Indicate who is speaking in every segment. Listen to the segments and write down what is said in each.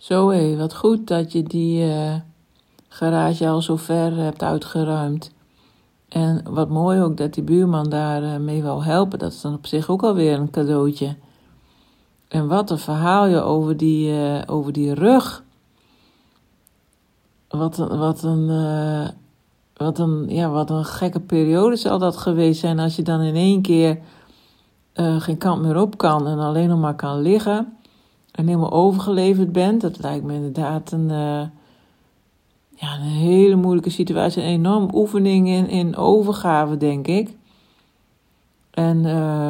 Speaker 1: Zo hé, wat goed dat je die garage al zo ver hebt uitgeruimd. En wat mooi ook dat die buurman daar mee wou helpen. Dat is dan op zich ook alweer een cadeautje. En wat een verhaal je over die rug. Wat een gekke periode zal dat geweest zijn als je dan in één keer geen kant meer op kan en alleen nog maar kan liggen en helemaal overgeleverd bent. Dat lijkt me inderdaad een hele moeilijke situatie, een enorm oefening in overgave, denk ik. En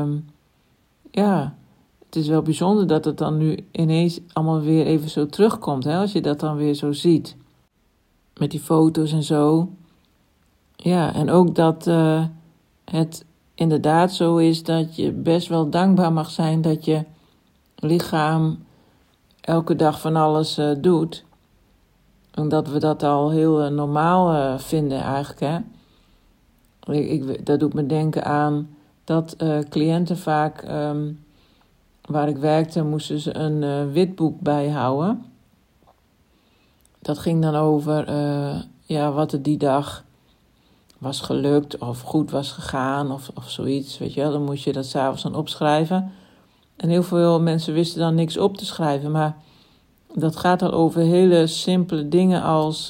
Speaker 1: het is wel bijzonder dat het dan nu ineens allemaal weer even zo terugkomt, hè, als je dat dan weer zo ziet. Met die foto's en zo. Ja, en ook dat het inderdaad zo is dat je best wel dankbaar mag zijn dat je lichaam elke dag van alles doet. Omdat we dat al heel normaal vinden eigenlijk, hè. Dat doet me denken aan dat cliënten vaak, waar ik werkte, moesten ze een witboek bijhouden. Dat ging dan over wat er die dag was gelukt of goed was gegaan of zoiets, weet je wel. Dan moest je dat 's avonds dan opschrijven. En heel veel mensen wisten dan niks op te schrijven, maar dat gaat al over hele simpele dingen als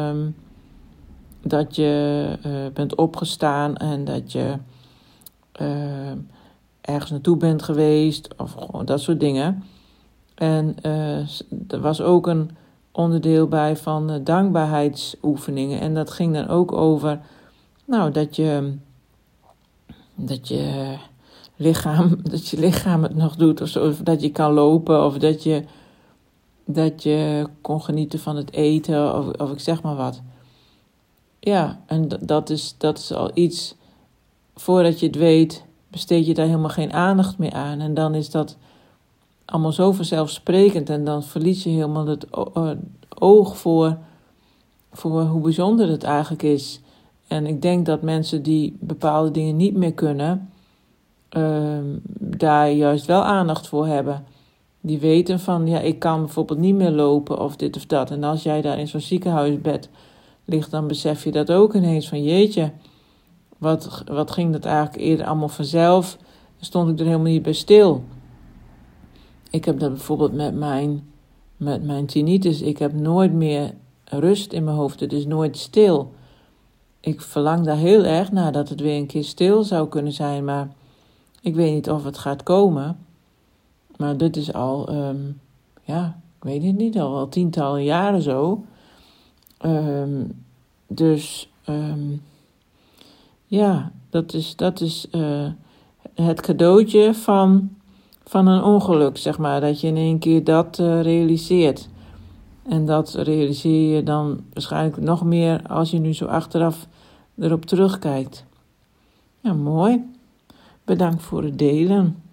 Speaker 1: dat je bent opgestaan en dat je ergens naartoe bent geweest of gewoon dat soort dingen. En er was ook een onderdeel bij van dankbaarheidsoefeningen. En dat ging dan ook over dat je lichaam het nog doet of zo, of dat je kan lopen of dat je kon genieten van het eten of ik zeg maar wat. Ja, en dat is al iets, voordat je het weet, besteed je daar helemaal geen aandacht meer aan. En dan is dat allemaal zo vanzelfsprekend en dan verlies je helemaal het oog voor hoe bijzonder het eigenlijk is. En ik denk dat mensen die bepaalde dingen niet meer kunnen, daar juist wel aandacht voor hebben. Die weten van, ik kan bijvoorbeeld niet meer lopen of dit of dat. En als jij daar in zo'n ziekenhuisbed ligt, dan besef je dat ook ineens van, jeetje, wat ging dat eigenlijk eerder allemaal vanzelf? Dan stond ik er helemaal niet bij stil. Ik heb dat bijvoorbeeld met mijn tinnitus. Ik heb nooit meer rust in mijn hoofd. Het is nooit stil. Ik verlang daar heel erg naar dat het weer een keer stil zou kunnen zijn. Maar ik weet niet of het gaat komen. Maar dit is al, ik weet het niet, al tientallen jaren zo. Dat is het cadeautje van een ongeluk, zeg maar. Dat je in één keer dat realiseert. En dat realiseer je dan waarschijnlijk nog meer als je nu zo achteraf erop terugkijkt. Ja, mooi. Bedankt voor het delen.